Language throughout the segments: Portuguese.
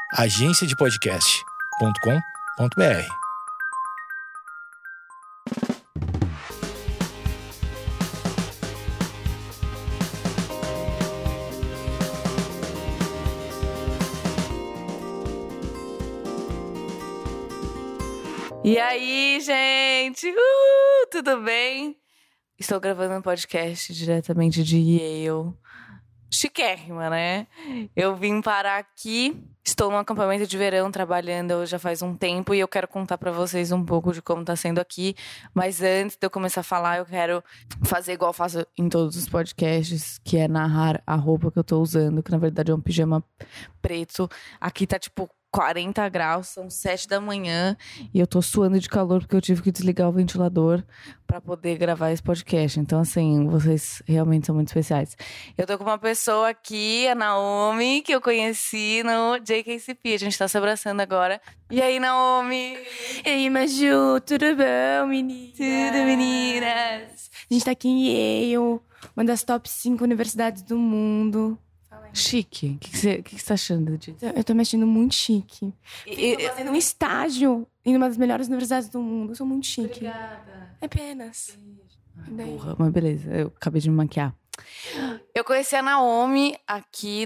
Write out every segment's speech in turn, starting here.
agenciadepodcast.com.br. E aí, gente? Tudo bem? Estou gravando um podcast diretamente de Yale. Chiquérrima, né? Eu vim parar aqui. Estou num acampamento de verão trabalhando já faz um tempo e eu quero contar pra vocês um pouco de como tá sendo aqui. Mas antes de eu começar a falar, eu quero fazer igual eu faço em todos os podcasts, que é narrar a roupa que eu tô usando, que na verdade é um pijama preto. Aqui tá tipo 40 graus, são 7 da manhã e eu tô suando de calor porque eu tive que desligar o ventilador pra poder gravar esse podcast. Então, assim, vocês realmente são muito especiais. Eu tô com uma pessoa aqui, a Naomi, que eu conheci no JKCP. A gente tá se abraçando agora. E aí, Naomi? E aí, Maju, tudo bom, meninas? Tudo, meninas? A gente tá aqui em Yale, uma das top 5 universidades do mundo. Chique. O que você tá achando disso? Eu tô me achando muito chique. Tô fazendo um estágio em uma das melhores universidades do mundo. Eu sou muito chique. Obrigada. Apenas. Porra, mas beleza. Eu acabei de me maquiar. Eu conheci a Naomi aqui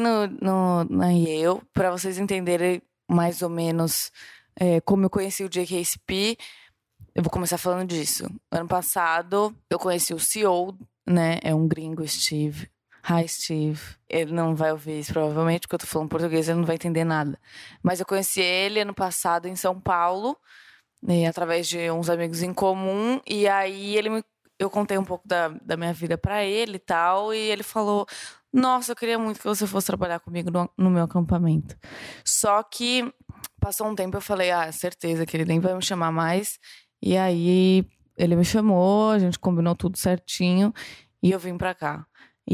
na Yale, pra vocês entenderem mais ou menos como eu conheci o JKCP. Eu vou começar falando disso. Ano passado, eu conheci o CEO, né? É um gringo, Steve. Hi, Steve. Ele não vai ouvir isso, provavelmente, porque eu tô falando português, ele não vai entender nada. Mas eu conheci ele ano passado em São Paulo, através de uns amigos em comum. E aí eu contei um pouco da minha vida pra ele e tal. E ele falou, nossa, eu queria muito que você fosse trabalhar comigo no meu acampamento. Só que passou um tempo, eu falei, certeza que ele nem vai me chamar mais. E aí ele me chamou, a gente combinou tudo certinho e eu vim pra cá.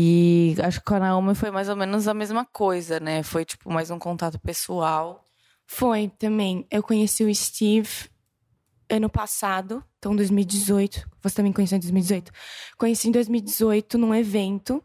E acho que com a Naomi foi mais ou menos a mesma coisa, né? Foi tipo mais um contato pessoal. Foi também. Eu conheci o Steve ano passado, então 2018. Você também conheceu em 2018? Conheci em 2018 num evento.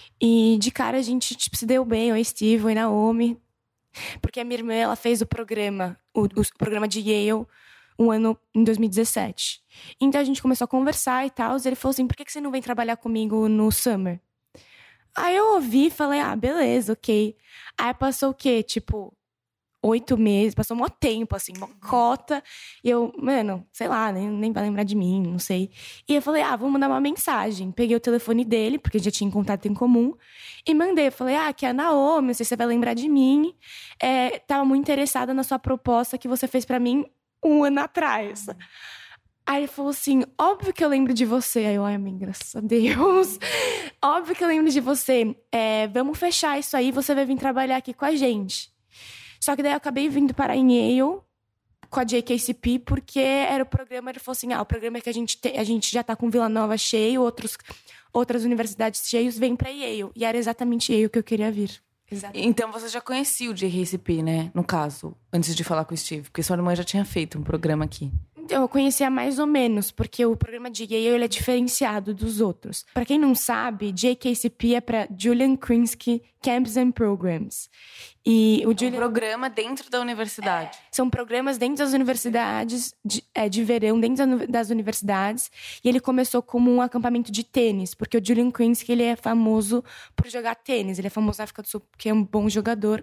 E de cara a gente se deu bem. Oi, Steve, oi, Naomi. Porque a minha irmã, ela fez o programa de Yale um ano em 2017. Então a gente começou a conversar e tal. E ele falou assim, por que você não vem trabalhar comigo no Summer? Aí eu ouvi e falei, beleza, ok. Aí passou o quê? Tipo, 8 meses, passou um maior tempo, assim, uma cota. E eu, sei lá, nem vai lembrar de mim, não sei. E eu falei, vou mandar uma mensagem. Peguei o telefone dele, porque já tinha contato em comum. E mandei, eu falei, que é a Naomi, não sei se você vai lembrar de mim. Tava muito interessada na sua proposta que você fez pra mim um ano atrás. Aí ele falou assim, óbvio que eu lembro de você. Aí eu, amém, graças a Deus. Óbvio que eu lembro de você. Vamos fechar isso aí, você vai vir trabalhar aqui com a gente. Só que daí eu acabei vindo para em Yale com a JKCP, porque era o programa, ele falou assim, o programa que a gente já tá com Vila Nova cheio, outras universidades cheios, vem para Yale. E era exatamente Yale que eu queria vir. Exatamente. Então você já conhecia o JKCP, né? No caso, antes de falar com o Steve, porque sua irmã já tinha feito um programa aqui. Eu conhecia mais ou menos, porque o programa de Yale ele é diferenciado dos outros. Para quem não sabe, JKCP é para Julian Krinsky Camps and Programs. E o um programa dentro da universidade. São programas dentro das universidades, de verão, dentro das universidades. E ele começou como um acampamento de tênis, porque o Julian Krinsky ele é famoso por jogar tênis. Ele é famoso na África do Sul porque é um bom jogador.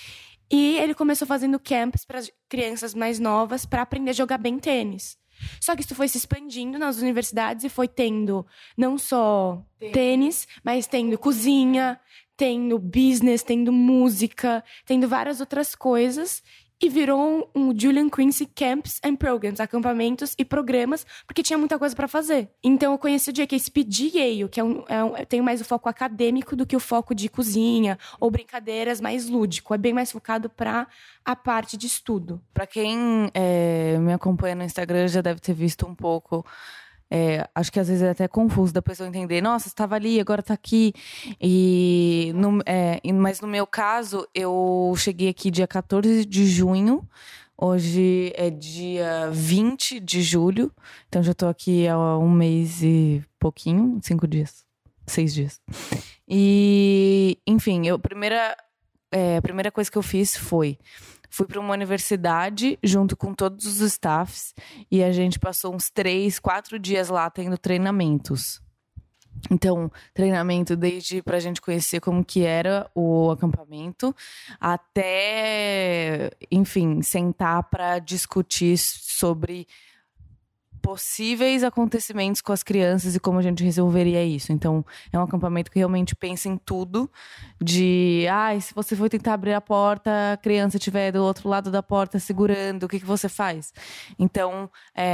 E ele começou fazendo camps para crianças mais novas para aprender a jogar bem tênis. Só que isso foi se expandindo nas universidades e foi tendo não só tênis, mas tendo cozinha, tendo business, tendo música, tendo várias outras coisas. E virou um Julian Krinsky Camps and Programs, acampamentos e programas, porque tinha muita coisa para fazer. Então eu conheci o JKCP de Yale, que tem mais o foco acadêmico do que o foco de cozinha ou brincadeiras mais lúdico. É bem mais focado para a parte de estudo. Para quem me acompanha no Instagram já deve ter visto um pouco. Acho que às vezes é até confuso da pessoa entender, nossa, você estava ali, agora está aqui. Mas no meu caso, eu cheguei aqui dia 14 de junho, hoje é dia 20 de julho, então já estou aqui há um mês e pouquinho, 5 dias, 6 dias. E, enfim, a primeira coisa que eu fiz foi fui para uma universidade junto com todos os staffs e a gente passou uns 3, 4 dias lá tendo treinamentos. Então, treinamento desde pra gente conhecer como que era o acampamento, até, enfim, sentar para discutir sobre possíveis acontecimentos com as crianças e como a gente resolveria isso. Então, é um acampamento que realmente pensa em tudo, de, se você for tentar abrir a porta, a criança estiver do outro lado da porta segurando, o que você faz? Então,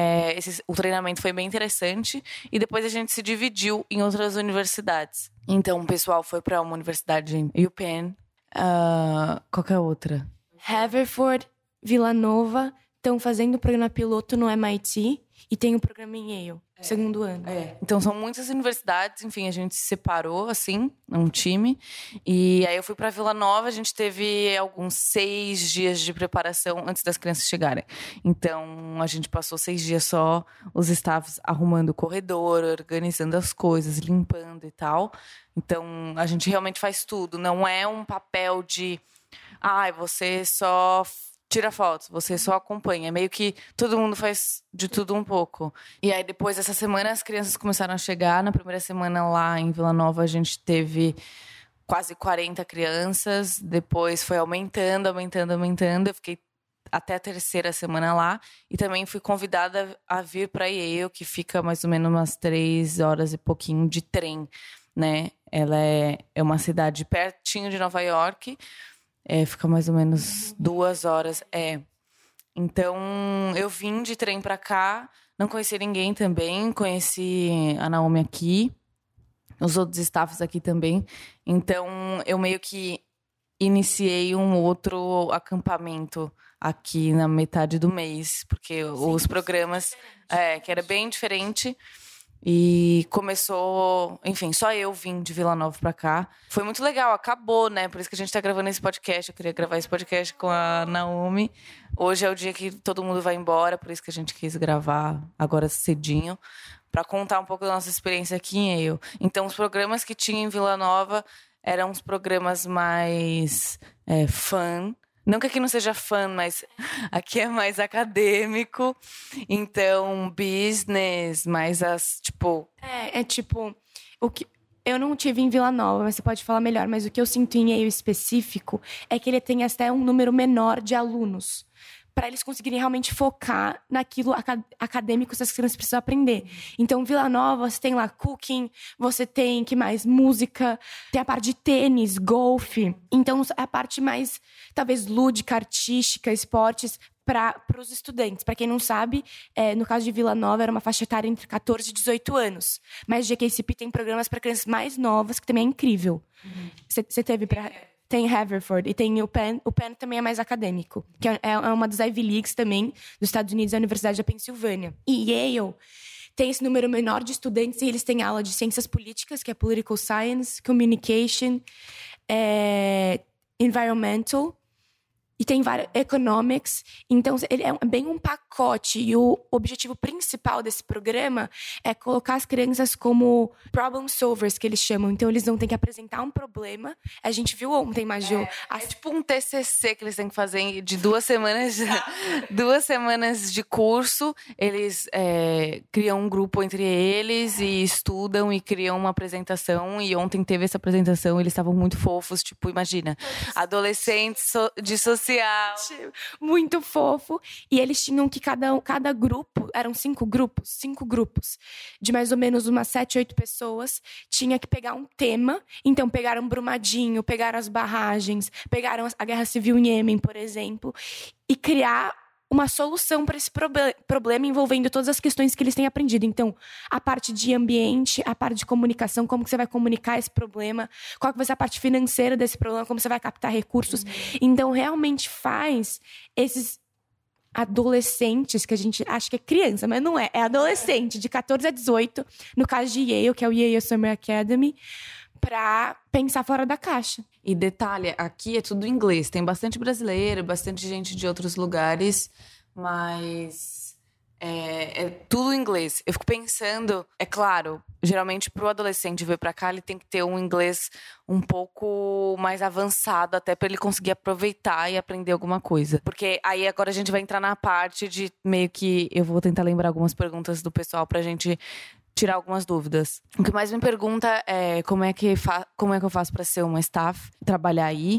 o treinamento foi bem interessante e depois a gente se dividiu em outras universidades. Então, o pessoal foi para uma universidade em UPenn, qual que é a outra? Haverford, Vila Nova, estão fazendo o programa piloto no MIT e tem o programa em Yale, segundo ano. Então, são muitas universidades, enfim, a gente se separou, assim, um time. E aí eu fui para Vila Nova, a gente teve alguns 6 dias de preparação antes das crianças chegarem. Então, a gente passou 6 dias só, os staffs arrumando o corredor, organizando as coisas, limpando e tal. Então, a gente realmente faz tudo. Não é um papel de, você só tira fotos, você só acompanha. É meio que todo mundo faz de tudo um pouco. E aí, depois dessa semana, as crianças começaram a chegar. Na primeira semana lá em Vila Nova, a gente teve quase 40 crianças. Depois foi aumentando. Eu fiquei até a terceira semana lá. E também fui convidada a vir para Yale, que fica mais ou menos umas 3 horas e pouquinho de trem, né? Ela é uma cidade pertinho de Nova York. Fica mais ou menos 2 horas. Então, eu vim de trem pra cá, não conheci ninguém também, conheci a Naomi aqui, os outros staffs aqui também. Então, eu meio que iniciei um outro acampamento aqui na metade do mês, porque os programas, que era bem diferente. E começou, enfim, só eu vim de Vila Nova pra cá. Foi muito legal, acabou, né? Por isso que a gente tá gravando esse podcast. Eu queria gravar esse podcast com a Naomi. Hoje é o dia que todo mundo vai embora, por isso que a gente quis gravar agora cedinho, pra contar um pouco da nossa experiência aqui em Yale. Então, os programas que tinha em Vila Nova eram uns programas mais fun. Não que aqui não seja fã, mas aqui é mais acadêmico. Então, business, mais tipo... o que eu não tive em Vila Nova, mas você pode falar melhor. Mas o que eu sinto em Yale específico é que ele tem até um número menor de alunos, para eles conseguirem realmente focar naquilo acadêmico que as crianças precisam aprender. Então, Vila Nova, você tem lá cooking, você tem, que mais? Música, tem a parte de tênis, golfe. Então, a parte mais, talvez, lúdica, artística, esportes, para os estudantes. Para quem não sabe, no caso de Vila Nova, era uma faixa etária entre 14 e 18 anos. Mas GKCP tem programas para crianças mais novas, que também é incrível. Você teve para... Tem Haverford e tem o Penn. O Penn também é mais acadêmico, que é uma das Ivy Leagues também dos Estados Unidos, a Universidade da Pensilvânia. E Yale tem esse número menor de estudantes e eles têm aula de ciências políticas, que é Political Science, Communication, Environmental, e tem vários Economics. Então, ele é bem um pacote. E o objetivo principal desse programa é colocar as crianças como problem solvers, que eles chamam. Então, eles vão ter que apresentar um problema. A gente viu ontem, Maju. É tipo um TCC que eles têm que fazer de 2 semanas. 2 semanas de curso. Eles criam um grupo entre eles e estudam e criam uma apresentação. E ontem teve essa apresentação. Eles estavam muito fofos. Tipo, imagina, adolescentes de social. Muito fofo. E eles tinham que cada grupo, eram 5 grupos, de mais ou menos umas 7, 8 pessoas, tinha que pegar um tema. Então, pegaram Brumadinho, pegaram as barragens, pegaram a Guerra Civil em Iêmen, por exemplo, e criar uma solução para esse problema envolvendo todas as questões que eles têm aprendido. Então, a parte de ambiente, a parte de comunicação, como que você vai comunicar esse problema, qual que vai ser a parte financeira desse problema, como você vai captar recursos. Então, realmente faz esses adolescentes, que a gente acha que é criança, mas não é. É adolescente, de 14 a 18, no caso de Yale, que é o Yale Summer Academy, para pensar fora da caixa. E detalhe, aqui é tudo em inglês. Tem bastante brasileiro, bastante gente de outros lugares, mas É tudo em inglês. Eu fico pensando, é claro, geralmente pro adolescente vir pra cá, ele tem que ter um inglês um pouco mais avançado, até pra ele conseguir aproveitar e aprender alguma coisa. Porque aí agora a gente vai entrar na parte de meio que... Eu vou tentar lembrar algumas perguntas do pessoal pra gente tirar algumas dúvidas. O que mais me pergunta é como é que eu faço pra ser uma staff, trabalhar aí.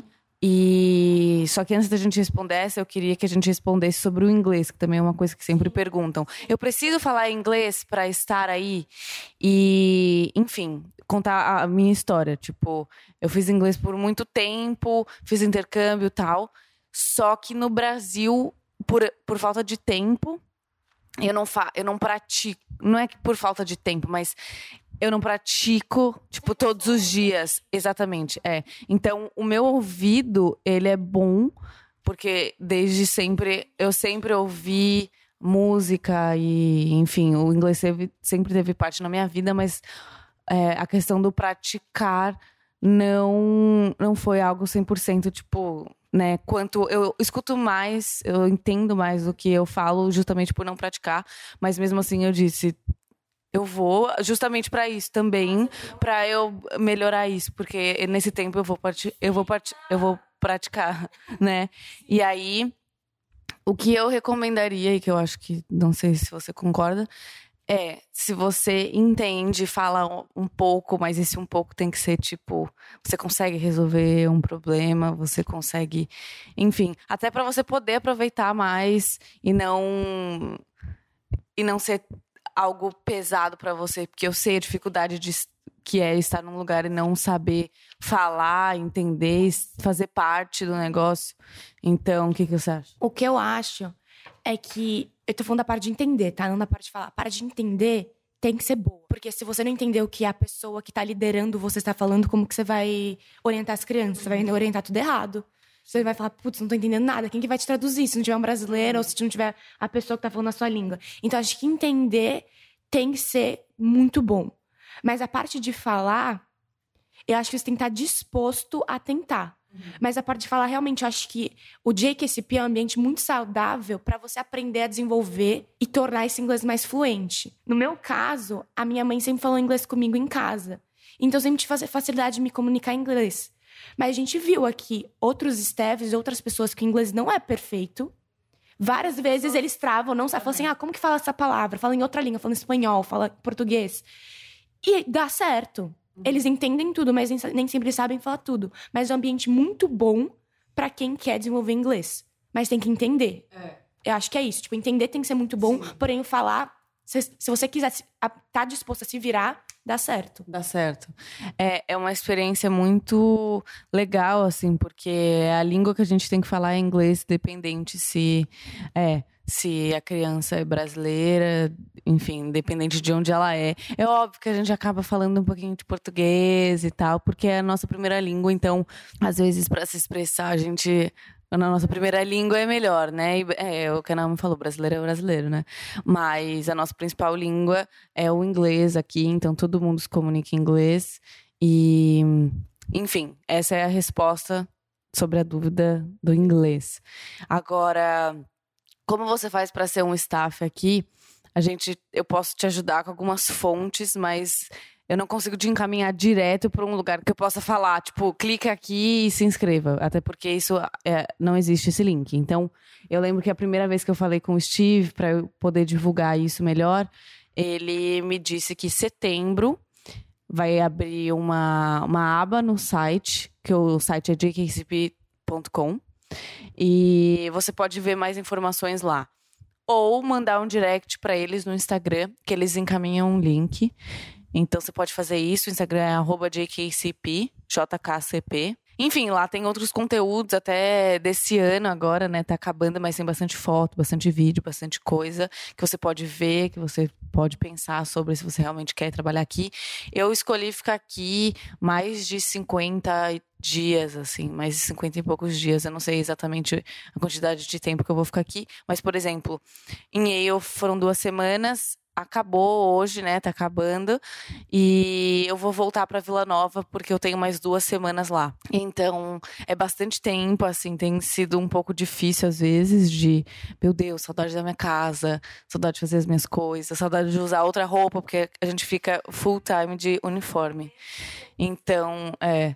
E só que antes da gente responder essa, eu queria que a gente respondesse sobre o inglês, que também é uma coisa que sempre perguntam. Eu preciso falar inglês para estar aí? E, enfim, contar a minha história. Tipo, eu fiz inglês por muito tempo, fiz intercâmbio e tal. Só que no Brasil, por falta de tempo, eu não pratico. Não é que por falta de tempo, mas eu não pratico, tipo, todos os dias. Exatamente, Então, o meu ouvido, ele é bom, porque desde sempre, eu sempre ouvi música e, enfim, o inglês sempre teve parte na minha vida, mas a questão do praticar não foi algo 100%, tipo... Né, quanto eu escuto mais, eu entendo mais do que eu falo, justamente por não praticar, mas mesmo assim eu disse, eu vou justamente para isso também, para eu melhorar isso, porque nesse tempo eu vou praticar, né? E aí, o que eu recomendaria, e que eu acho que, não sei se você concorda, se você entende, fala um pouco, mas esse um pouco tem que ser tipo, você consegue resolver um problema, você consegue, enfim, até para você poder aproveitar mais e não ser algo pesado para você, porque eu sei a dificuldade que é estar num lugar e não saber falar, entender, fazer parte do negócio. Então, o que você acha? O que eu acho é que... Eu tô falando da parte de entender, tá? Não da parte de falar. A parte de entender tem que ser boa. Porque se você não entender o que a pessoa que tá liderando você está falando, como que você vai orientar as crianças? Você vai orientar tudo errado. Você vai falar, putz, não tô entendendo nada. Quem que vai te traduzir? Se não tiver um brasileiro ou se não tiver a pessoa que tá falando a sua língua. Então, acho que entender tem que ser muito bom. Mas a parte de falar, eu acho que você tem que estar disposto a tentar. Mas a parte de falar, realmente, eu acho que o JKCP é um ambiente muito saudável para você aprender a desenvolver e tornar esse inglês mais fluente. No meu caso, a minha mãe sempre falou inglês comigo em casa. Então, eu sempre tive facilidade de me comunicar em inglês. Mas a gente viu aqui outros staffs, outras pessoas que o inglês não é perfeito. Várias vezes eles travam, não sabem. Falam assim, como que fala essa palavra? Fala em outra língua, fala em espanhol, fala em português. E dá certo. Eles entendem tudo, mas nem sempre sabem falar tudo. Mas é um ambiente muito bom pra quem quer desenvolver inglês. Mas tem que entender. Eu acho que é isso. Tipo, entender tem que ser muito bom. Sim. Porém, o falar, se você quiser tá disposto a se virar, dá certo. Dá certo. É uma experiência muito legal, assim, porque a língua que a gente tem que falar é inglês, dependente se a criança é brasileira, enfim, independente de onde ela é. É óbvio que a gente acaba falando um pouquinho de português e tal, porque é a nossa primeira língua, então, às vezes, para se expressar, a gente... Na nossa primeira língua é melhor, né? O que a Naomi falou, brasileiro é brasileiro, né? Mas a nossa principal língua é o inglês aqui, então todo mundo se comunica em inglês. E, enfim, essa é a resposta sobre a dúvida do inglês. Agora... Como você faz para ser um staff aqui? Eu posso te ajudar com algumas fontes, mas eu não consigo te encaminhar direto para um lugar que eu possa falar, tipo, clica aqui e se inscreva. Até porque isso não existe esse link. Então, eu lembro que a primeira vez que eu falei com o Steve, para eu poder divulgar isso melhor, ele me disse que setembro vai abrir uma aba no site, que o site é jkcp.com. E você pode ver mais informações lá. Ou mandar um direct para eles no Instagram, que eles encaminham um link. Então você pode fazer isso. O Instagram é @jkcp, JKCP. Enfim, lá tem outros conteúdos até desse ano agora, né? Tá acabando, mas tem bastante foto, bastante vídeo, bastante coisa que você pode ver, que você pode pensar sobre se você realmente quer trabalhar aqui. Eu escolhi ficar aqui mais de 50 dias, assim, mais de 50 e poucos dias. Eu não sei exatamente a quantidade de tempo que eu vou ficar aqui, mas, por exemplo, em Yale foram 2 semanas, acabou hoje, né? Tá acabando. E eu vou voltar pra Vila Nova porque eu tenho mais 2 semanas lá. Então, é bastante tempo, assim, tem sido um pouco difícil às vezes meu Deus, saudade da minha casa, saudade de fazer as minhas coisas, saudade de usar outra roupa, porque a gente fica full time de uniforme. Então,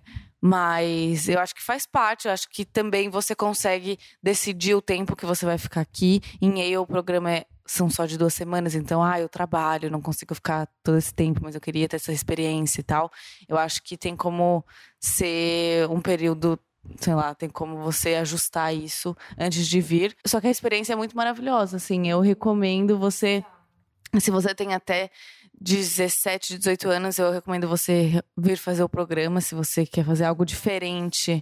mas eu acho que faz parte, eu acho que também você consegue decidir o tempo que você vai ficar aqui. Em Yale, o programa são só de 2 semanas, então, eu trabalho, não consigo ficar todo esse tempo, mas eu queria ter essa experiência e tal. Eu acho que tem como ser um período, sei lá, tem como você ajustar isso antes de vir. Só que a experiência é muito maravilhosa, assim, eu recomendo você, se você tem até 17, 18 anos, eu recomendo você vir fazer o programa, se você quer fazer algo diferente.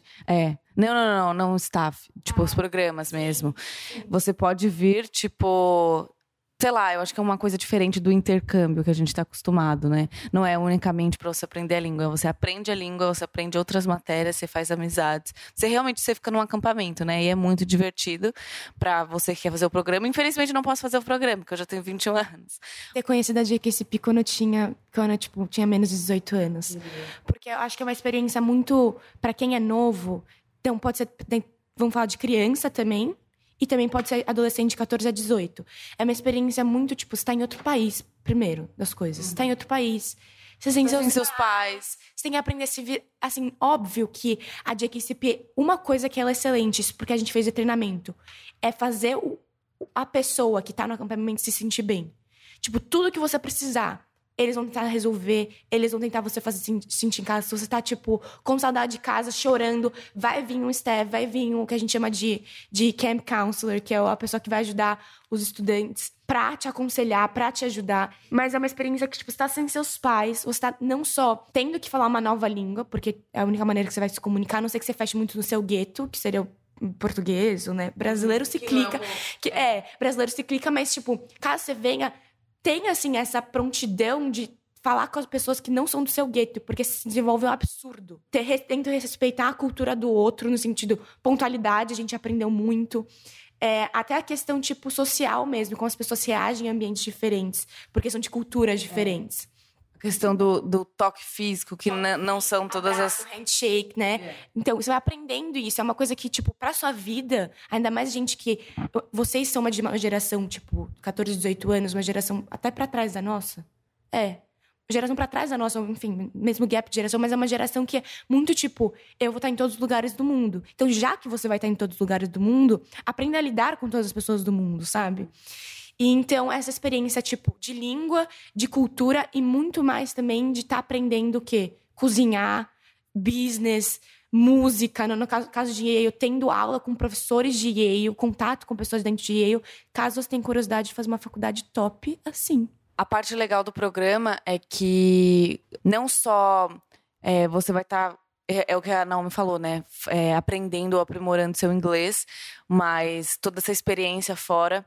Não, staff. Tipo, os programas mesmo. Você pode vir, tipo... Sei lá, eu acho que é uma coisa diferente do intercâmbio que a gente tá acostumado, né? Não é unicamente pra você aprender a língua. Você aprende a língua, você aprende outras matérias, você faz amizades. Você fica num acampamento, né? E é muito divertido pra você que quer fazer o programa. Infelizmente, não posso fazer o programa, porque eu já tenho 21 anos. Ter conhecido a GQCP quando eu tinha menos de 18 anos. Porque eu acho que é uma experiência muito... Pra quem é novo, então pode ser... Vamos falar de criança também. E também pode ser adolescente de 14 a 18. É uma experiência muito, tipo, você tá em outro país, primeiro, das coisas. Você tá em outro país. Você tem seus pais. Você tem que aprender a se vir... Assim, óbvio que a JKCP, uma coisa que ela é excelente, isso porque a gente fez o treinamento, é fazer a pessoa que tá no acampamento se sentir bem. Tipo, tudo que você precisar, eles vão tentar resolver, eles vão tentar você fazer sentir em casa. Se você tá, tipo, com saudade de casa, chorando, vai vir um staff, vai vir o que a gente chama de camp counselor, que é a pessoa que vai ajudar os estudantes pra te aconselhar, pra te ajudar. Mas é uma experiência que, tipo, você tá sem seus pais, você tá não só tendo que falar uma nova língua, porque é a única maneira que você vai se comunicar, a não ser que você feche muito no seu gueto, que seria o português, né? Brasileiro se clica. Brasileiro se clica, mas, tipo, caso você venha... Tem, assim, essa prontidão de falar com as pessoas que não são do seu gueto, porque se desenvolve um absurdo. Tento respeitar a cultura do outro, no sentido pontualidade, a gente aprendeu muito. Até a questão, tipo, social mesmo, como as pessoas reagem em ambientes diferentes, porque são de culturas diferentes. A questão do toque físico, que não são todas as... handshake, né? Então, você vai aprendendo isso. É uma coisa que, tipo, pra sua vida, ainda mais gente que... Vocês são de uma geração, tipo, 14, 18 anos, uma geração até pra trás da nossa. Uma geração pra trás da nossa, enfim, mesmo gap de geração, mas é uma geração que é muito, tipo, eu vou estar em todos os lugares do mundo. Então, já que você vai estar em todos os lugares do mundo, aprenda a lidar com todas as pessoas do mundo, sabe? E então, essa experiência, tipo, de língua, de cultura e muito mais também de estar aprendendo o quê? Cozinhar, business, música. No caso de Yale, tendo aula com professores de Yale, contato com pessoas dentro de Yale. Caso você tenha curiosidade de fazer uma faculdade top, assim. A parte legal do programa é que não só você vai estar... É o que a Naomi falou, né? Aprendendo, aprimorando seu inglês, mas toda essa experiência fora...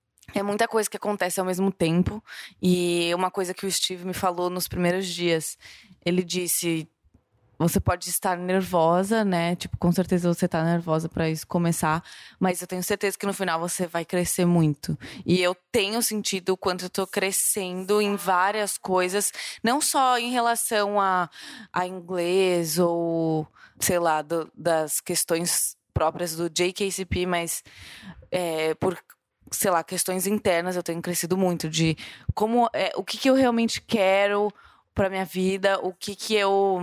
É muita coisa que acontece ao mesmo tempo. E uma coisa que o Steve me falou nos primeiros dias. Ele disse... Você pode estar nervosa, né? Tipo, com certeza você tá nervosa pra isso começar. Mas eu tenho certeza que no final você vai crescer muito. E eu tenho sentido o quanto eu tô crescendo em várias coisas. Não só em relação a inglês ou, sei lá, das questões próprias do JKCP. Mas por... sei lá, questões internas, eu tenho crescido muito de o que eu realmente quero pra minha vida, o que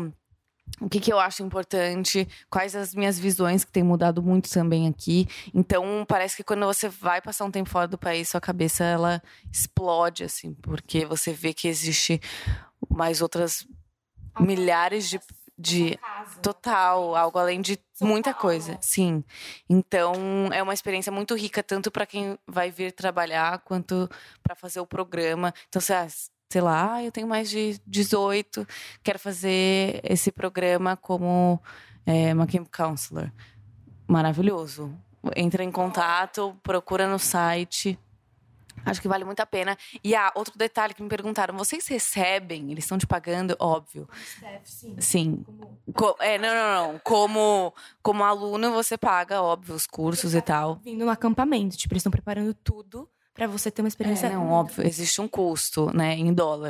eu acho importante, quais as minhas visões, que tem mudado muito também aqui. Então, parece que quando você vai passar um tempo fora do país, sua cabeça, ela explode, assim, porque você vê que existe mais outras milhares de total, algo além de muita coisa, sim. Então, é uma experiência muito rica, tanto para quem vai vir trabalhar, quanto para fazer o programa. Então, sei lá, eu tenho mais de 18, quero fazer esse programa como uma Camp Counselor. Maravilhoso. Entra em contato, procura no site. Acho que vale muito a pena. E outro detalhe que me perguntaram, vocês recebem? Eles estão te pagando? Óbvio. Staff, sim. Sim. Não. Como aluno, você paga, óbvio, os cursos e tal. Vindo no acampamento. Tipo, eles estão preparando tudo pra você ter uma experiência. Não, óbvio, existe um custo, né, em dólar.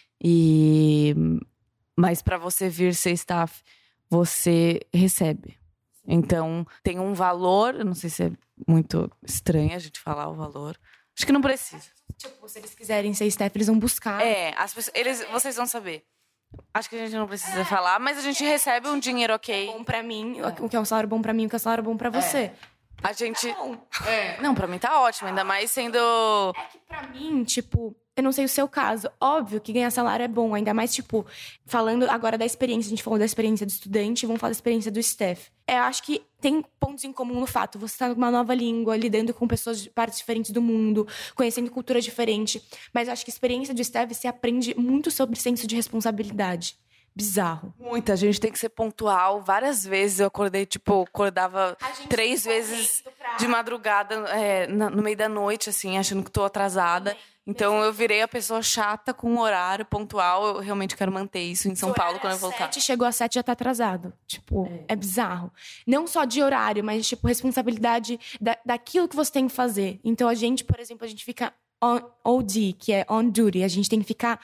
Mas para você vir ser staff, você recebe. Então, tem um valor, eu não sei se é muito estranho a gente falar o valor. Acho que não precisa. Tipo, se eles quiserem ser staff, eles vão buscar. As pessoas, vocês vão saber. Acho que a gente não precisa falar, mas a gente recebe um dinheiro ok. Bom pra mim, o que é um salário bom pra mim, o que é um salário bom pra você. A gente... Tá bom. Não, pra mim tá ótimo, ainda mais sendo... É que pra mim, tipo, eu não sei o seu caso. Óbvio que ganhar salário é bom, ainda mais, tipo, falando agora da experiência, a gente falou da experiência do estudante, vamos falar da experiência do staff. Eu acho que tem pontos em comum no fato. Você tá numa nova língua, lidando com pessoas de partes diferentes do mundo, conhecendo cultura diferente. Mas eu acho que a experiência do staff, você aprende muito sobre senso de responsabilidade. Bizarro. Muita gente tem que ser pontual. Várias vezes eu acordava 3 vezes de madrugada, no meio da noite, assim, achando que tô atrasada. Então eu virei a pessoa chata com um horário pontual. Eu realmente quero manter isso em São Paulo quando eu voltar. Chegou às 7 já tá atrasado. Tipo, é bizarro. Não só de horário, mas, tipo, responsabilidade daquilo que você tem que fazer. Então a gente, por exemplo, a gente fica on OD, que é on duty. A gente tem que ficar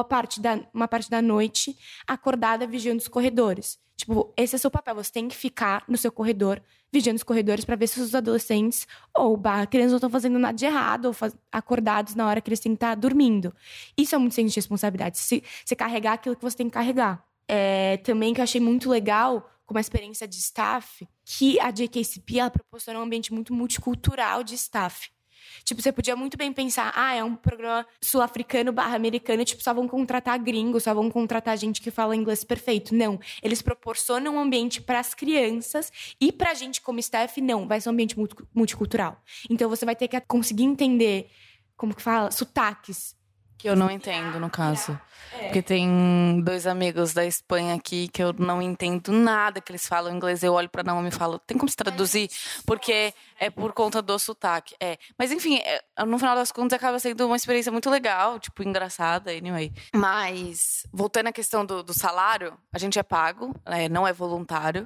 uma parte da noite acordada vigiando os corredores. Tipo, esse é o seu papel. Você tem que ficar no seu corredor, vigiando os corredores para ver se os adolescentes ou crianças não estão fazendo nada de errado ou acordados na hora que eles têm que estar dormindo. Isso é muito senso de responsabilidade. Você carregar aquilo que você tem que carregar. Também que eu achei muito legal, como a experiência de staff, que a JKCP, ela proporciona um ambiente muito multicultural de staff. Tipo, você podia muito bem pensar, é um programa sul-africano/americano, tipo, só vão contratar gringos, só vão contratar gente que fala inglês perfeito. Não, eles proporcionam um ambiente para as crianças e pra gente como staff, não, vai ser um ambiente multicultural. Então, você vai ter que conseguir entender, como que fala? Sotaques. Que eu não entendo, no caso. Porque tem 2 amigos da Espanha aqui que eu não entendo nada que eles falam inglês. Eu olho pra Naomi e falo, tem como se traduzir? Porque é por conta do sotaque. Mas, enfim, no final das contas, acaba sendo uma experiência muito legal, tipo, engraçada, anyway. Mas, voltando à questão do salário, a gente é pago, não é voluntário.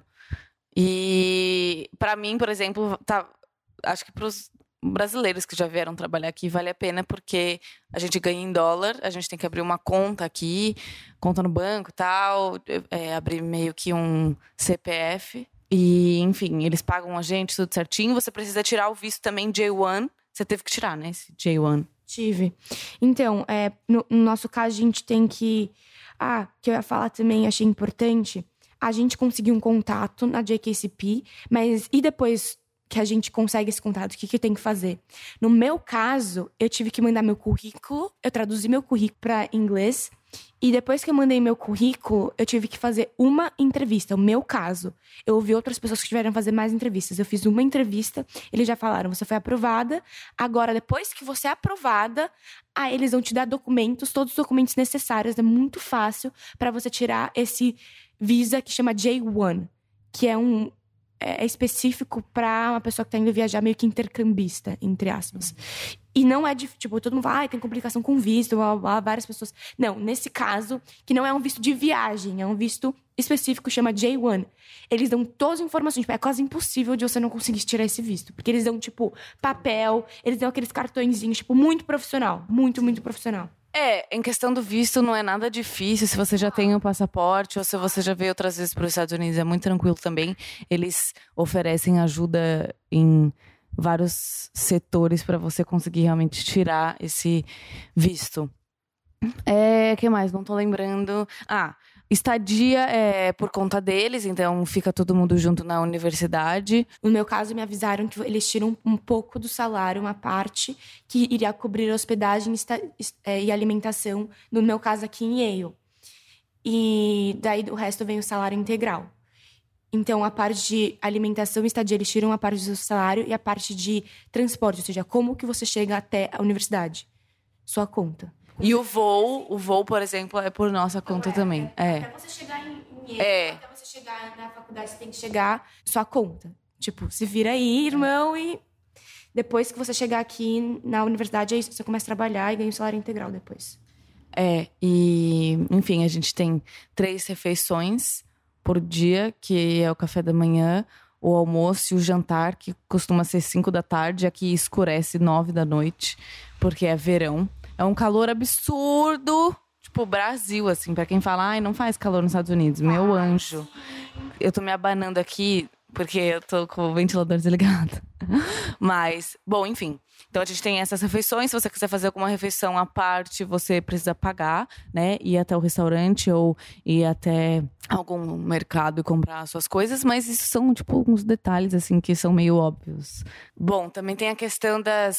E, pra mim, por exemplo, acho que pros brasileiros que já vieram trabalhar aqui, vale a pena porque a gente ganha em dólar, a gente tem que abrir uma conta aqui, conta no banco e tal, abrir meio que um CPF e, enfim, eles pagam a gente tudo certinho. Você precisa tirar o visto também J1, você teve que tirar, né, esse J1? Tive. Então, no nosso caso, a gente tem que eu ia falar também, achei importante, a gente conseguiu um contato na JKCP, mas e depois que a gente consegue esse contato, o que eu tenho que fazer? No meu caso, eu tive que mandar meu currículo, eu traduzi meu currículo para inglês, e depois que eu mandei meu currículo, eu tive que fazer uma entrevista. O meu caso, eu ouvi outras pessoas que tiveram que fazer mais entrevistas. Eu fiz uma entrevista, eles já falaram, você foi aprovada, agora depois que você é aprovada, eles vão te dar documentos, todos os documentos necessários, é muito fácil para você tirar esse visa que chama J1, que é específico para uma pessoa que tá indo viajar meio que intercambista, entre aspas. E não é de, tipo, todo mundo fala, tem complicação com visto, várias pessoas. Não, nesse caso, que não é um visto de viagem, é um visto específico, chama J1. Eles dão todas as informações, tipo, é quase impossível de você não conseguir tirar esse visto. Porque eles dão, tipo, papel, eles dão aqueles cartõezinhos, tipo, muito profissional. Muito, muito profissional. Em questão do visto não é nada difícil, se você já tem um passaporte ou se você já veio outras vezes para os Estados Unidos, é muito tranquilo também. Eles oferecem ajuda em vários setores para você conseguir realmente tirar esse visto. Que mais? Não tô lembrando. Estadia é por conta deles, então fica todo mundo junto na universidade. No meu caso, me avisaram que eles tiram um pouco do salário, uma parte, que iria cobrir hospedagem e alimentação, no meu caso aqui em Yale. E daí o resto vem o salário integral. Então, a parte de alimentação e estadia, eles tiram a parte do salário e a parte de transporte, ou seja, como que você chega até a universidade. Sua conta. E o voo, por exemplo, é por nossa conta também. Até você chegar em Yale, até você chegar na faculdade, você tem que chegar sua conta. Tipo, se vira aí, irmão, e depois que você chegar aqui na universidade, é isso, você começa a trabalhar e ganha o salário integral depois. E, enfim, a gente tem 3 refeições por dia, que é o café da manhã, o almoço e o jantar, que costuma ser 5 da tarde, aqui escurece 9 da noite, porque é verão. É um calor absurdo, tipo Brasil, assim, pra quem fala, ai, não faz calor nos Estados Unidos, meu anjo. Eu tô me abanando aqui, porque eu tô com o ventilador desligado. Mas, bom, enfim. Então a gente tem essas refeições. Se você quiser fazer alguma refeição à parte, você precisa pagar, né? Ir até o restaurante ou ir até algum mercado e comprar suas coisas. Mas isso são, tipo, alguns detalhes, assim, que são meio óbvios. Bom, também tem a questão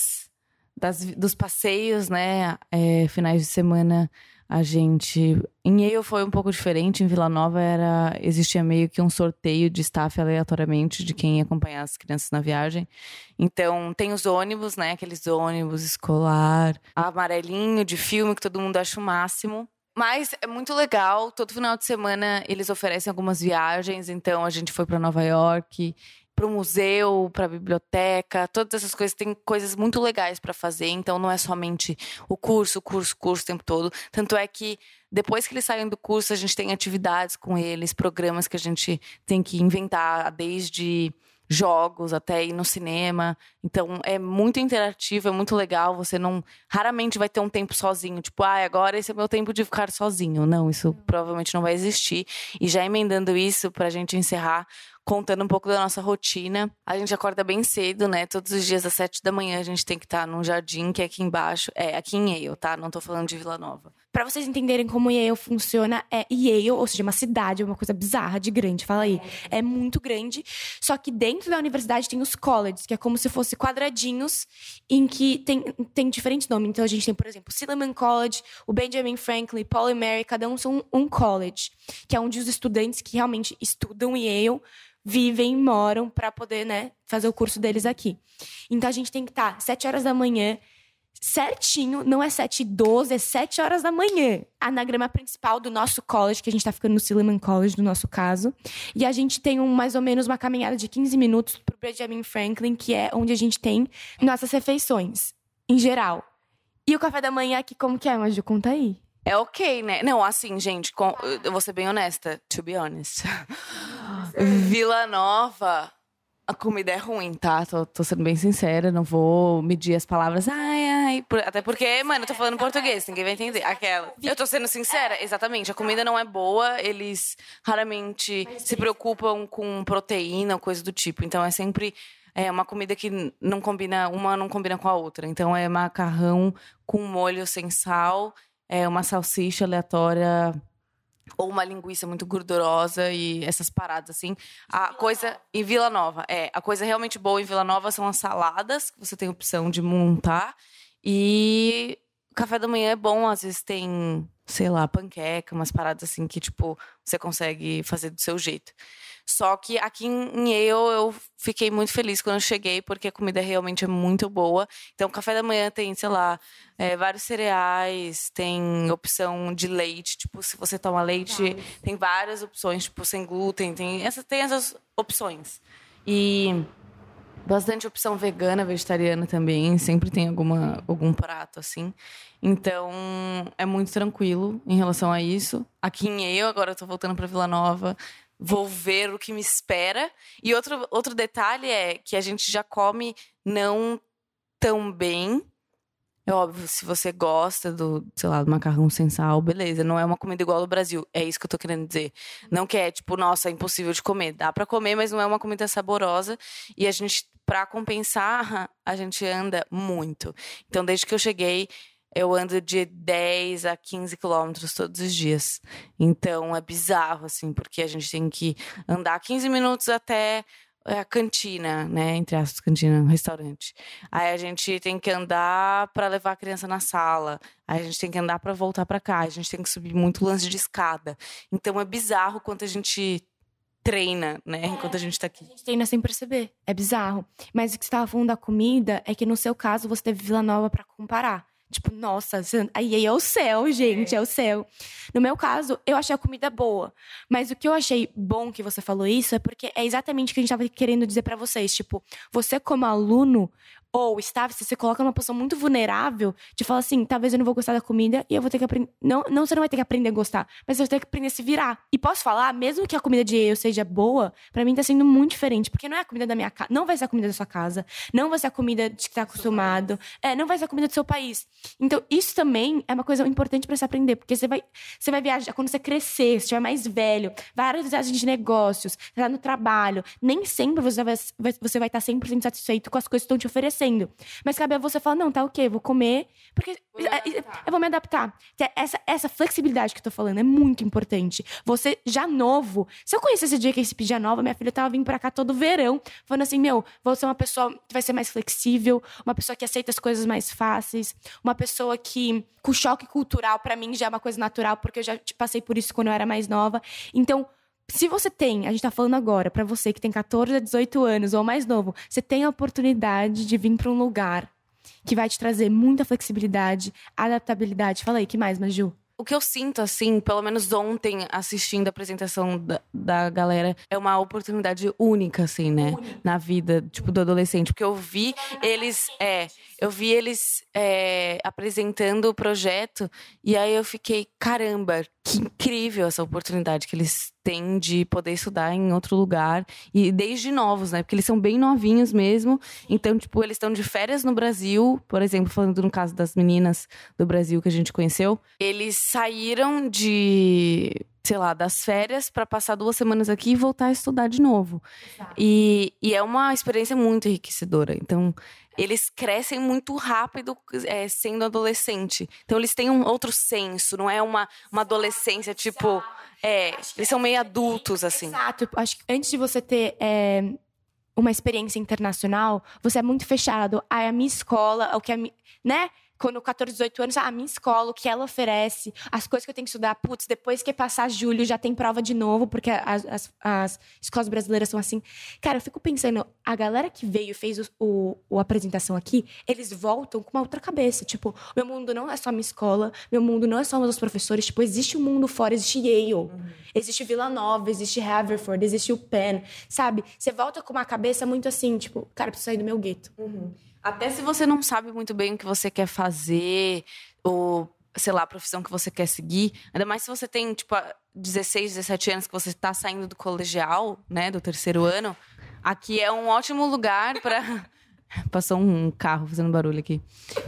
dos passeios, né? Finais de semana, a gente... Em Yale foi um pouco diferente. Em Vila Nova existia meio que um sorteio de staff aleatoriamente de quem ia acompanhar as crianças na viagem. Então, tem os ônibus, né? Aqueles ônibus escolar, amarelinho de filme, que todo mundo acha o máximo. Mas é muito legal. Todo final de semana eles oferecem algumas viagens. Então, a gente foi para Nova York, para o museu, para a biblioteca, todas essas coisas. Tem coisas muito legais para fazer, então não é somente o curso o tempo todo. Tanto é que depois que eles saem do curso, a gente tem atividades com eles, programas que a gente tem que inventar, desde jogos até ir no cinema. Então é muito interativo, é muito legal. Você raramente vai ter um tempo sozinho, tipo, agora esse é o meu tempo de ficar sozinho. Não, isso provavelmente não vai existir. E já emendando isso, pra gente encerrar, contando um pouco da nossa rotina. A gente acorda bem cedo, né? Todos os dias às 7 da manhã a gente tem que estar num jardim que é aqui embaixo. Aqui em Yale, tá? Não tô falando de Vila Nova. Pra vocês entenderem como Yale funciona, Yale, ou seja, uma cidade, uma coisa bizarra de grande, fala aí. É muito grande, só que dentro da universidade tem os colleges, que é como se fossem quadradinhos em que tem diferentes nomes. Então a gente tem, por exemplo, o Silliman College, o Benjamin Franklin, Paul e Mary, cada um são um college, que é onde os estudantes que realmente estudam Yale vivem, moram para poder, né, fazer o curso deles aqui. Então a gente tem que estar 7 horas da manhã, certinho, não é 7h12, é 7 horas da manhã. A anagrama principal do nosso college, que a gente tá ficando no Silliman College, no nosso caso. E a gente tem mais ou menos uma caminhada de 15 minutos pro Benjamin Franklin, que é onde a gente tem nossas refeições, em geral. E o café da manhã aqui, como que é, Maju? Conta aí. É ok, né? Não, assim, gente, eu vou ser bem honesta, to be honest. Vila Nova, a comida é ruim, tá? Tô sendo bem sincera, não vou medir as palavras. Até porque, mano, eu tô falando português, ninguém vai entender. Eu tô sendo sincera, exatamente. A comida não é boa, eles raramente se preocupam com proteína ou coisa do tipo. Então é sempre uma comida que não combina com a outra. Então é macarrão com molho sem sal, uma salsicha aleatória ou uma linguiça muito gordurosa e essas paradas, assim. Em Vila Nova, a coisa realmente boa em Vila Nova são as saladas, que você tem a opção de montar. E o café da manhã é bom, às vezes tem, sei lá, panqueca, umas paradas assim que, tipo, você consegue fazer do seu jeito. Só que aqui em Yale eu fiquei muito feliz quando eu cheguei, porque a comida realmente é muito boa. Então, o café da manhã tem, sei lá, vários cereais, tem opção de leite. Tipo, se você toma leite, tem várias opções, tipo, sem glúten. Tem essas opções. E bastante opção vegana, vegetariana também. Sempre tem algum prato, assim. Então, é muito tranquilo em relação a isso. Aqui em Yale, agora eu tô voltando pra Vila Nova, vou ver o que me espera. E outro detalhe é que a gente já come não tão bem. É óbvio, se você gosta do macarrão sem sal, beleza. Não é uma comida igual ao Brasil. É isso que eu tô querendo dizer. Não que é, tipo, nossa, é impossível de comer. Dá pra comer, mas não é uma comida saborosa. E a gente, pra compensar, a gente anda muito. Então, desde que eu cheguei, eu ando de 10 a 15 quilômetros todos os dias. Então, é bizarro, assim, porque a gente tem que andar 15 minutos até a cantina, né? Entre aspas, cantina, restaurante. Aí a gente tem que andar para levar a criança na sala. Aí a gente tem que andar para voltar para cá. A gente tem que subir muito lance de escada. Então, é bizarro quanto a gente treina, né? Enquanto a gente tá aqui. A gente treina sem perceber. É bizarro. Mas o que você tava falando da comida é que, no seu caso, você teve Vila Nova para comparar. Tipo, nossa, aí é o céu, gente, é o céu. No meu caso, eu achei a comida boa. Mas o que eu achei bom que você falou isso é porque é exatamente o que a gente tava querendo dizer pra vocês. Tipo, você como aluno Ou está, você se coloca numa posição muito vulnerável de falar assim, talvez eu não vou gostar da comida e eu vou ter que aprender. Não, você não vai ter que aprender a gostar, mas você vai ter que aprender a se virar. E posso falar, mesmo que a comida de eu seja boa, pra mim tá sendo muito diferente, porque não é a comida da minha casa, não vai ser a comida da sua casa, não vai ser a comida de que tá acostumado, não vai ser a comida do seu país. Então, isso também é uma coisa importante pra se aprender, porque você vai viajar, quando você crescer, se estiver mais velho, várias viagens de negócios, tá no trabalho, nem sempre você vai estar 100% satisfeito com as coisas que estão te oferecendo. Mas cabe a você falar, não, tá ok, vou comer, porque eu vou me adaptar. Essa flexibilidade que eu tô falando é muito importante. Você, já novo, se eu conhecesse esse dia que esse pedia nova, minha filha tava vindo pra cá todo verão, falando assim, vou ser uma pessoa que vai ser mais flexível, uma pessoa que aceita as coisas mais fáceis, uma pessoa que, com choque cultural, pra mim já é uma coisa natural, porque eu já passei por isso quando eu era mais nova. Então, se você tem, a gente tá falando agora, pra você que tem 14 a 18 anos ou mais novo, você tem a oportunidade de vir pra um lugar que vai te trazer muita flexibilidade, adaptabilidade. Fala aí, que mais, Maju? O que eu sinto, assim, pelo menos ontem, assistindo a apresentação da galera, é uma oportunidade única, assim, né? Na vida, tipo, do adolescente. Porque eu vi eles apresentando o projeto e aí eu fiquei, caramba, que incrível essa oportunidade que eles têm de poder estudar em outro lugar. E desde novos, né? Porque eles são bem novinhos mesmo. Então, tipo, eles estão de férias no Brasil. Por exemplo, falando no caso das meninas do Brasil que a gente conheceu. Eles saíram das férias para passar 2 semanas aqui e voltar a estudar de novo. E é uma experiência muito enriquecedora. Então, eles crescem muito rápido sendo adolescente. Então, eles têm um outro senso. Não é uma adolescência, tipo... eles são meio adultos, assim. Exato. Acho que antes de você ter uma experiência internacional, você é muito fechado. A minha escola, o que a minha... Né? Quando 14, 18 anos, a minha escola, o que ela oferece, as coisas que eu tenho que estudar. Putz, depois que passar julho, já tem prova de novo, porque as escolas brasileiras são assim. Cara, eu fico pensando, a galera que veio e fez a apresentação aqui, eles voltam com uma outra cabeça. Tipo, meu mundo não é só a minha escola, meu mundo não é só os professores. Tipo, existe um mundo fora, existe Yale, existe Vila Nova, existe Haverford, existe o Penn, sabe? Você volta com uma cabeça muito assim, tipo, cara, eu preciso sair do meu gueto. Até se você não sabe muito bem o que você quer fazer, ou, sei lá, a profissão que você quer seguir. Ainda mais se você tem, tipo, 16, 17 anos que você tá saindo do colegial, né, do 3º ano. Aqui é um ótimo lugar para... Passou um carro fazendo barulho aqui.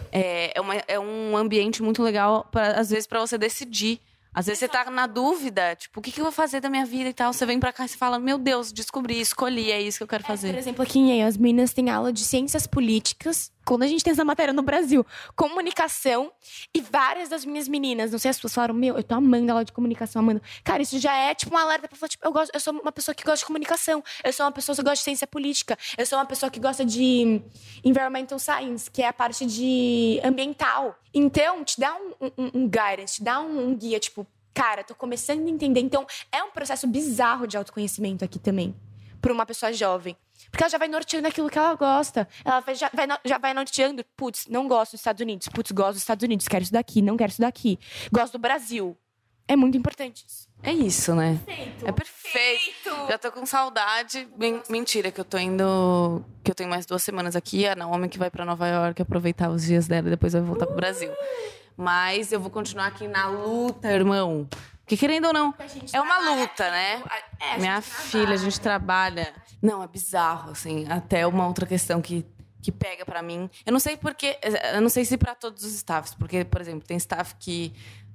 É um ambiente muito legal, às vezes, para você decidir. Às vezes você tá na dúvida, tipo, o que eu vou fazer da minha vida e tal. Você vem pra cá e você fala, meu Deus, descobri, escolhi, é isso que eu quero fazer. Por exemplo, aqui em Yale, as meninas têm aula de ciências políticas. Quando a gente tem essa matéria no Brasil, comunicação. E várias das minhas meninas, não sei, as pessoas falaram, eu tô amando a aula de comunicação, amando. Cara, isso já é tipo um alerta pra falar, tipo, eu sou uma pessoa que gosta de comunicação. Eu sou uma pessoa que gosta de ciência política. Eu sou uma pessoa que gosta de environmental science, que é a parte de ambiental. Então, te dá um guidance, te dá um guia, tipo, cara, tô começando a entender. Então, é um processo bizarro de autoconhecimento aqui também, pra uma pessoa jovem. Porque ela já vai norteando aquilo que ela gosta. Ela já vai norteando, putz, não gosto dos Estados Unidos. Putz, gosto dos Estados Unidos, quero isso daqui, não quero isso daqui. Gosto do Brasil. É muito importante isso. É isso, né? Perfeito. É perfeito. Já tô com saudade. Mentira, que eu tô indo... Que eu tenho mais 2 semanas aqui. A Naomi que vai pra Nova York aproveitar os dias dela e depois vai voltar pro Brasil. Mas eu vou continuar aqui na luta, irmão. Porque querendo ou não, é uma luta, né? Minha filha, a gente trabalha. Não, é bizarro, assim. Até uma outra questão que pega pra mim. Eu não sei porque... Eu não sei se pra todos os staffs. Porque, por exemplo, tem staff que...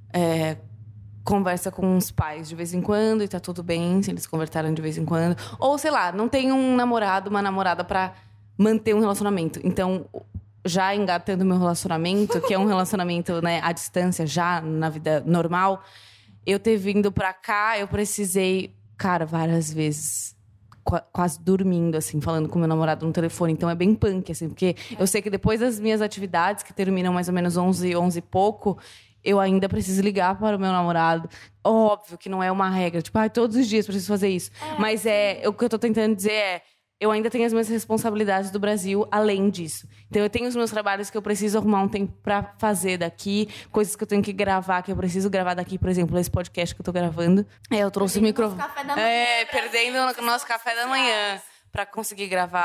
conversa com os pais de vez em quando e tá tudo bem se eles conversaram de vez em quando. Ou, sei lá, não tem um namorado, uma namorada pra manter um relacionamento. Então, já engatando meu relacionamento, que é um relacionamento, né, à distância, já na vida normal, eu ter vindo pra cá, eu precisei, cara, várias vezes, quase dormindo, assim, falando com meu namorado no telefone. Então é bem punk, assim, porque eu sei que depois das minhas atividades, que terminam mais ou menos 11 e pouco, eu ainda preciso ligar para o meu namorado. Óbvio que não é uma regra, tipo, todos os dias preciso fazer isso. Mas o que eu tô tentando dizer eu ainda tenho as minhas responsabilidades do Brasil além disso. Então eu tenho os meus trabalhos que eu preciso arrumar um tempo pra fazer daqui, coisas que eu tenho que gravar, que eu preciso gravar daqui, por exemplo, esse podcast que eu tô gravando. Eu trouxe o microfone. Perdendo o nosso café da manhã pra conseguir gravar.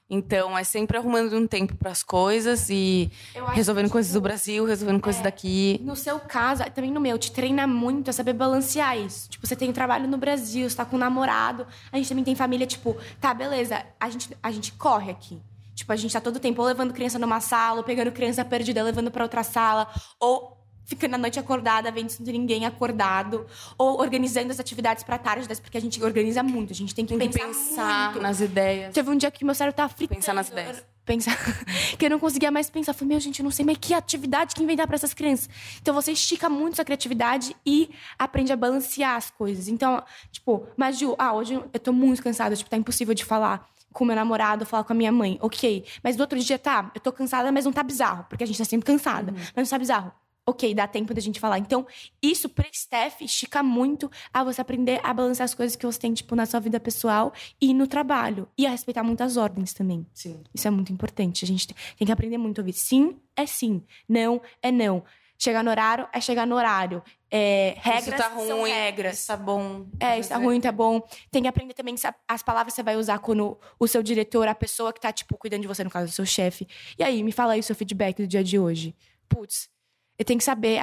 Então, é sempre arrumando um tempo para as coisas e resolvendo coisas do Brasil, resolvendo coisas daqui. No seu caso, também no meu, te treina muito a saber balancear isso. Tipo, você tem trabalho no Brasil, você tá com um namorado, a gente também tem família, tipo, tá, beleza, a gente corre aqui. Tipo, a gente tá todo tempo ou levando criança numa sala, ou pegando criança perdida, levando pra outra sala, ou ficando a noite acordada, vendo se não tem ninguém acordado, ou organizando as atividades pra tarde, porque a gente organiza muito, a gente tem que pensar muito nas ideias. Teve um dia que meu cérebro tava fritando. Pensar nas ideias. Que eu não conseguia mais pensar. Falei, meu, gente, eu não sei mais que atividade que inventar pra essas crianças. Então, você estica muito sua criatividade e aprende a balancear as coisas. Então, tipo, mas Ju, hoje eu tô muito cansada, tipo, tá impossível de falar com meu namorado, falar com a minha mãe. Ok, mas do outro dia, tá, eu tô cansada, mas não tá bizarro, porque a gente tá sempre cansada. Mas não tá bizarro. Ok, dá tempo da gente falar. Então, isso pra Steph estica muito a você aprender a balancear as coisas que você tem, tipo, na sua vida pessoal e no trabalho. E a respeitar muitas ordens também. Sim. Isso é muito importante. A gente tem que aprender muito a ouvir. Sim é sim. Não é não. Chegar no horário é chegar no horário. Regras isso tá ruim, são regras. Isso tá bom. Isso tá ruim, tá bom. Tem que aprender também as palavras que você vai usar quando o seu diretor, a pessoa que tá, tipo, cuidando de você, no caso, o seu chefe. E aí, me fala aí o seu feedback do dia de hoje. Putz, eu tenho que saber,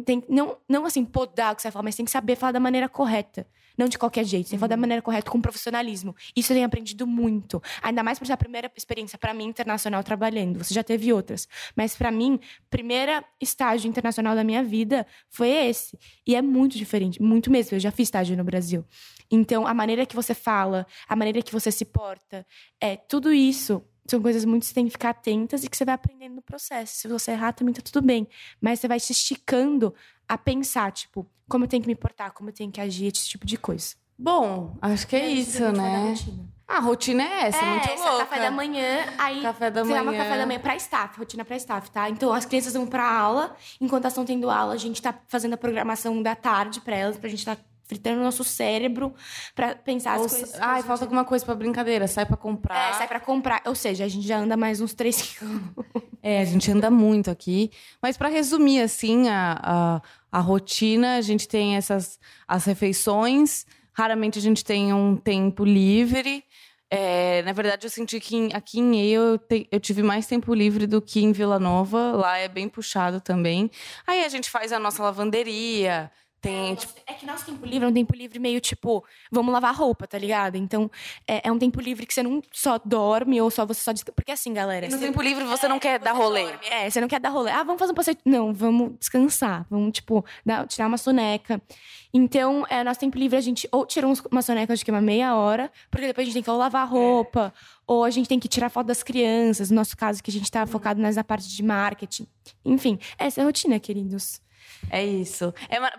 não assim, podar o que você vai falar, mas tem que saber falar da maneira correta. Não de qualquer jeito, tem que falar da maneira correta, com profissionalismo. Isso eu tenho aprendido muito. Ainda mais por ser a primeira experiência, para mim, internacional, trabalhando. Você já teve outras. Mas, para mim, primeira estágio internacional da minha vida foi esse. E é muito diferente, muito mesmo. Eu já fiz estágio no Brasil. Então, a maneira que você fala, a maneira que você se porta, tudo isso são coisas muito que você tem que ficar atentas e que você vai aprendendo no processo. Se você errar, também tá tudo bem. Mas você vai se esticando a pensar, tipo, como eu tenho que me portar, como eu tenho que agir, esse tipo de coisa. Bom, acho que é isso, né? A rotina é essa, muito louca. Café da manhã, aí café da você dá manhã. uma café da manhã pra staff, rotina pra staff, tá? Então, as crianças vão pra aula, enquanto elas estão tendo aula, a gente tá fazendo a programação da tarde pra elas, pra gente tá fritando o nosso cérebro pra pensar as coisas. Ai, falta alguma coisa pra brincadeira. Sai pra comprar. Sai pra comprar. Ou seja, a gente já anda mais uns 3 quilômetros. A gente anda muito aqui. Mas pra resumir, assim, a rotina, a gente tem as refeições. Raramente a gente tem um tempo livre. Na verdade, eu senti que aqui em eu tive mais tempo livre do que em Vila Nova. Lá é bem puxado também. Aí a gente faz a nossa lavanderia. É que nosso tempo livre é um tempo livre meio tipo, vamos lavar roupa, tá ligado? Então, é um tempo livre que você não só dorme ou você só descansa. Porque assim, galera... No tempo livre você não quer dar rolê. Dorme. Você não quer dar rolê. Vamos fazer um passeio. Não, vamos descansar. Vamos, tipo, tirar uma soneca. Então, nosso tempo livre a gente ou tira uma soneca, acho que uma meia hora, porque depois a gente tem que ou lavar roupa, ou a gente tem que tirar foto das crianças. No nosso caso, que a gente tá focado mais na parte de marketing. Enfim, essa é a rotina, queridos. É isso.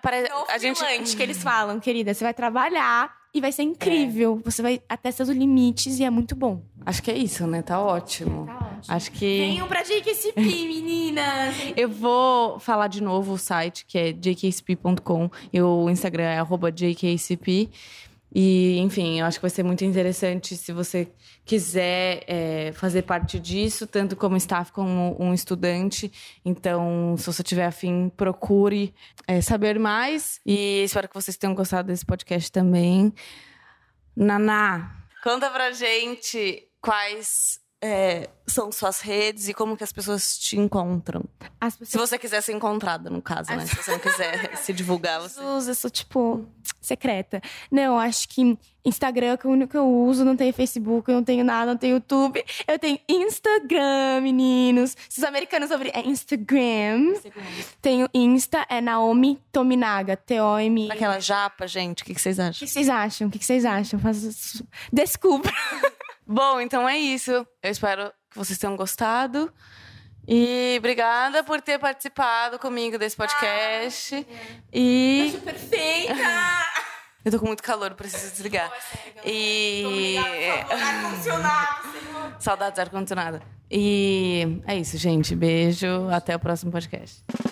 A gente que eles falam, querida, você vai trabalhar e vai ser incrível. Você vai até seus limites e é muito bom. Acho que é isso, né? Tá ótimo. Acho que... Venham pra JKCP, meninas! Eu vou falar de novo o site, que é jkcp.com. E o Instagram é @jkcp. E, enfim, eu acho que vai ser muito interessante se você quiser fazer parte disso, tanto como staff como um estudante. Então, se você tiver afim, procure saber mais. E espero que vocês tenham gostado desse podcast também. Naná, conta pra gente quais são suas redes e como que as pessoas te encontram. Se você quiser ser encontrada, no caso, né? Se você não quiser se divulgar, você... Eu sou, tipo, secreta. Não, acho que Instagram é o único que eu uso, não tenho Facebook, eu não tenho nada, não tenho YouTube. Eu tenho Instagram, meninos. Se os americanos ouvirem, é Instagram. Tenho Insta, é Naomi Tominaga, T-O-M... Aquela japa, gente, o que vocês acham? O que vocês acham? Desculpa. Bom, então é isso. Eu espero que vocês tenham gostado. E obrigada por ter participado comigo desse podcast. Eu sou perfeita! Eu tô com muito calor, preciso desligar. Ar-condicionado, senhor. Saudades do ar-condicionado. E é isso, gente. Beijo. Até o próximo podcast.